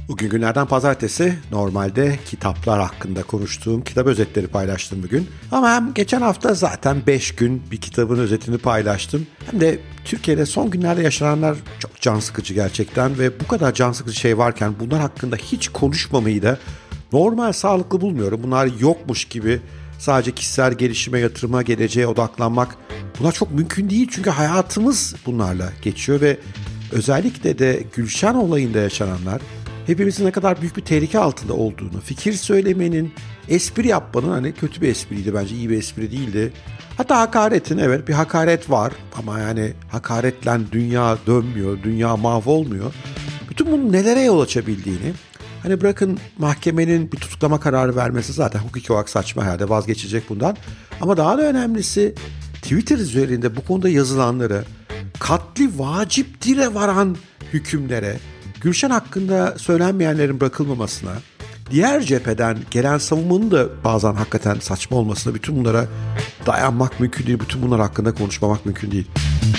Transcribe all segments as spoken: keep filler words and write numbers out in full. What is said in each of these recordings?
Bugün günlerden pazartesi. Normalde kitaplar hakkında konuştuğum kitap özetleri paylaştım bugün. Ama hem geçen hafta zaten beş gün bir kitabın özetini paylaştım. Hem de Türkiye'de son günlerde yaşananlar çok can sıkıcı gerçekten ve bu kadar can sıkıcı şey varken bunlar hakkında hiç konuşmamayı da normal, sağlıklı bulmuyorum. Bunlar yokmuş gibi sadece kişisel gelişime, yatırıma, geleceğe odaklanmak, bunlar çok mümkün değil çünkü hayatımız bunlarla geçiyor ve özellikle de Gülşen olayında yaşananlar hepimizin ne kadar büyük bir tehlike altında olduğunu, fikir söylemenin, espri yapmanın, hani kötü bir espriydi bence, iyi bir espri değildi. Hatta hakaretin, evet bir hakaret var ama yani hakaretle dünya dönmüyor, dünya mahvolmuyor. Bütün bunun nelere yol açabildiğini, hani bırakın mahkemenin bir tutuklama kararı vermesi zaten hukuki olarak saçma, herhalde vazgeçecek bundan. Ama daha da önemlisi Twitter üzerinde bu konuda yazılanları, katli vaciptire varan hükümlere, Gülşen hakkında söylenmeyenlerin bırakılmamasına, diğer cepheden gelen savunmanın da bazen hakikaten saçma olmasına, bütün bunlara dayanmak mümkün değil, bütün bunlar hakkında konuşmamak mümkün değil.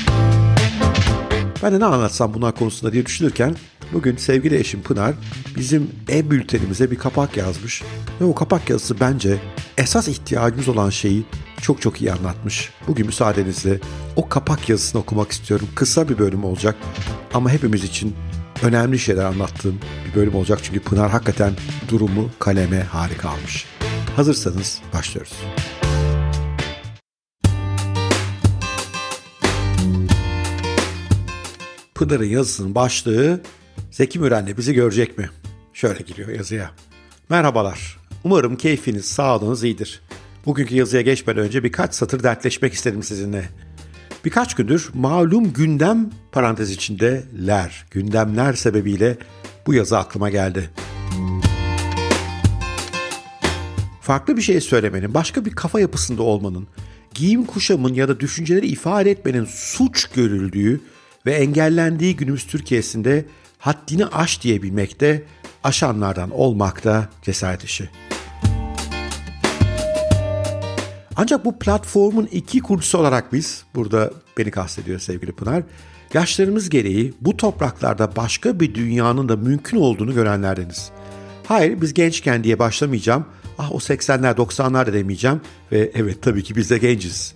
Ben de ne anlatsam bunlar konusunda diye düşünürken bugün sevgili eşim Pınar bizim e-bültenimize bir kapak yazmış ve o kapak yazısı bence esas ihtiyacımız olan şeyi çok çok iyi anlatmış. Bugün müsaadenizle o kapak yazısını okumak istiyorum. Kısa bir bölüm olacak ama hepimiz için önemli şeyler anlattığım bir bölüm olacak çünkü Pınar hakikaten durumu kaleme harika almış. Hazırsanız başlıyoruz. Pınar'ın yazısının başlığı Zeki Müren'le bizi görecek mi? Şöyle giriyor yazıya. Merhabalar. Umarım keyfiniz, sağlığınız iyidir. Bugünkü yazıya geçmeden önce birkaç satır dertleşmek istedim sizinle. Birkaç gündür malum gündem parantez içinde ler, gündemler sebebiyle bu yazı aklıma geldi. Farklı bir şey söylemenin, başka bir kafa yapısında olmanın, giyim kuşamın ya da düşünceleri ifade etmenin suç görüldüğü ve engellendiği günümüz Türkiye'sinde haddini aş diyebilmekte, aşanlardan olmak da cesaret işi. Ancak bu platformun iki kurucusu olarak biz, burada beni kastediyor sevgili Pınar, yaşlarımız gereği bu topraklarda başka bir dünyanın da mümkün olduğunu görenlerdeniz. Hayır, biz gençken diye başlamayacağım, ah o seksenler doksanlar da demeyeceğim ve evet tabii ki biz de genciz.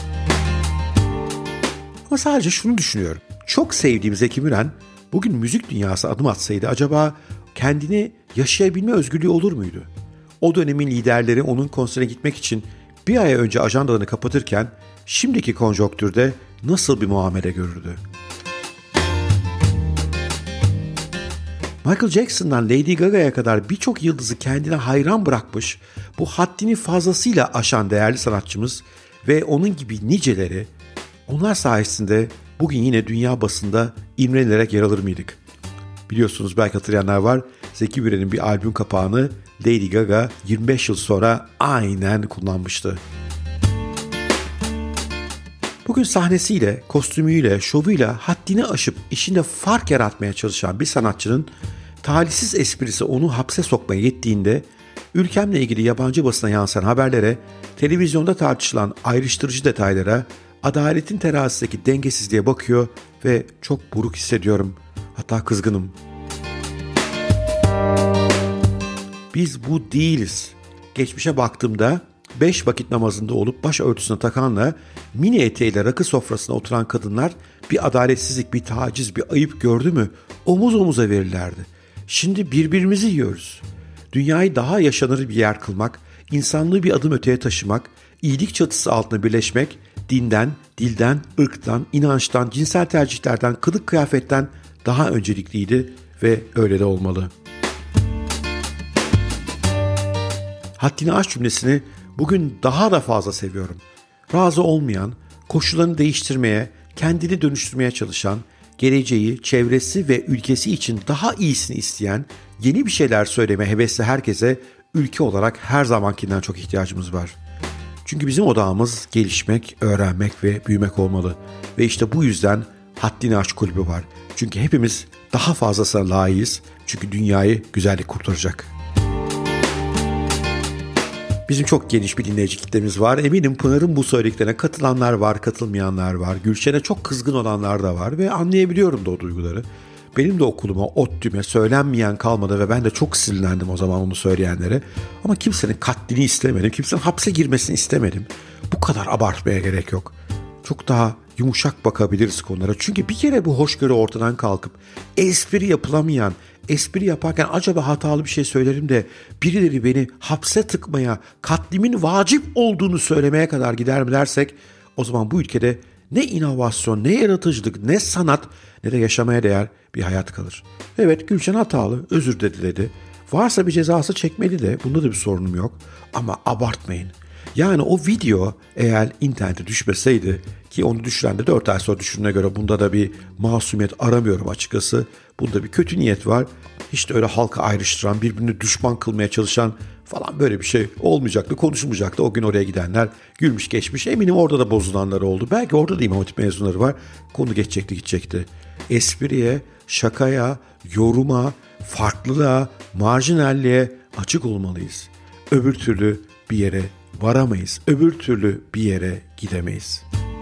Ama sadece şunu düşünüyorum, çok sevdiğim Zeki Müren bugün müzik dünyası adım atsaydı acaba kendini yaşayabilme özgürlüğü olur muydu? O dönemin liderleri onun konserine gitmek için bir ay önce ajandalarını kapatırken şimdiki konjonktürde nasıl bir muamele görürdü? Michael Jackson'dan Lady Gaga'ya kadar birçok yıldızı kendine hayran bırakmış, bu haddini fazlasıyla aşan değerli sanatçımız ve onun gibi niceleri, onlar sayesinde bugün yine dünya basında imrenilerek yer alır mıydık? Biliyorsunuz, belki hatırlayanlar var, Zeki Müren'in bir albüm kapağını Lady Gaga yirmi beş yıl sonra aynen kullanmıştı. Bugün sahnesiyle, kostümüyle, şovuyla haddini aşıp işinde fark yaratmaya çalışan bir sanatçının talihsiz esprisi onu hapse sokmaya yettiğinde ülkemle ilgili yabancı basına yansıyan haberlere, televizyonda tartışılan ayrıştırıcı detaylara, adaletin terazisindeki dengesizliğe bakıyor ve çok buruk hissediyorum. Hatta kızgınım. Biz bu değiliz. Geçmişe baktığımda beş vakit namazında olup başörtüsüne takanla mini eteğiyle rakı sofrasına oturan kadınlar bir adaletsizlik, bir taciz, bir ayıp gördü mü omuz omuza verirlerdi. Şimdi birbirimizi yiyoruz. Dünyayı daha yaşanır bir yer kılmak, insanlığı bir adım öteye taşımak, iyilik çatısı altında birleşmek, dinden, dilden, ırktan, inançtan, cinsel tercihlerden, kılık kıyafetten daha öncelikliydi ve öyle de olmalı. Haddini aş cümlesini bugün daha da fazla seviyorum. Razı olmayan, koşullarını değiştirmeye, kendini dönüştürmeye çalışan, geleceği, çevresi ve ülkesi için daha iyisini isteyen, yeni bir şeyler söylemeye hevesli herkese ülke olarak her zamankinden çok ihtiyacımız var. Çünkü bizim odağımız gelişmek, öğrenmek ve büyümek olmalı. Ve işte bu yüzden Haddini Aş Kulübü var. Çünkü hepimiz daha fazlasına layığız. Çünkü dünyayı güzellik kurtaracak. Bizim çok geniş bir dinleyici kitlemiz var. Eminim Pınar'ın bu söylediklerine katılanlar var, katılmayanlar var. Gülşen'e çok kızgın olanlar da var ve anlayabiliyorum da o duyguları. Benim de okuluma, ODTÜ'me söylenmeyen kalmadı ve ben de çok sinirlendim o zaman onu söyleyenlere. Ama kimsenin katlini istemedim, kimsenin hapse girmesini istemedim. Bu kadar abartmaya gerek yok. Çok daha yumuşak bakabiliriz konulara. Çünkü bir kere bu hoşgörü ortadan kalkıp espri yapılamayan, espri yaparken acaba hatalı bir şey söylerim de birileri beni hapse tıkmaya, katlimin vacip olduğunu söylemeye kadar gider mi dersek, o zaman bu ülkede ne inovasyon, ne yaratıcılık, ne sanat, ne de yaşamaya değer bir hayat kalır. Evet, Gülşen hatalı, özür de diledi. Varsa bir cezası çekmeli de, bunda da bir sorunum yok. Ama abartmayın. Yani o video eğer internete düşmeseydi, ki onu düşüren de dört ay sonra düşürüne göre bunda da bir masumiyet aramıyorum açıkçası. Bunda bir kötü niyet var. Hiç de öyle halka ayrıştıran, birbirini düşman kılmaya çalışan falan böyle bir şey olmayacaktı, konuşulmayacaktı. O gün oraya gidenler gülmüş geçmiş. Eminim orada da bozulanlar oldu. Belki orada da İmam Hatip mezunları var. Konu geçecekti gidecekti. Espriye, şakaya, yoruma, farklılığa, marjinalliğe açık olmalıyız. Öbür türlü bir yere varamayız. Öbür türlü bir yere gidemeyiz.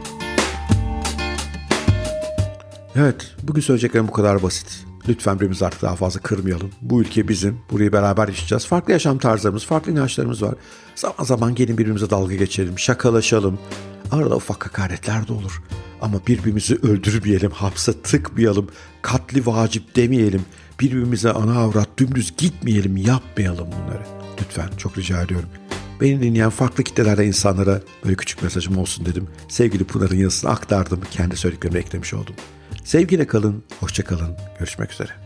Evet, bugün söyleyeceklerim bu kadar basit. Lütfen birbirimizi artık daha fazla kırmayalım. Bu ülke bizim. Burayı beraber yaşayacağız. Farklı yaşam tarzlarımız, farklı inançlarımız var. Zaman zaman gelin birbirimize dalga geçelim, şakalaşalım. Arada ufak hakaretler de olur. Ama birbirimizi öldürmeyelim, hapse tıkmayalım, katli vacip demeyelim. Birbirimize ana avrat dümdüz gitmeyelim, yapmayalım bunları. Lütfen, çok rica ediyorum. Beni dinleyen farklı kitlelerde insanlara böyle küçük mesajım olsun dedim. Sevgili Pınar'ın yazısını aktardım, kendi söylediklerimi eklemiş oldum. Sevgiyle kalın, hoşça kalın, görüşmek üzere.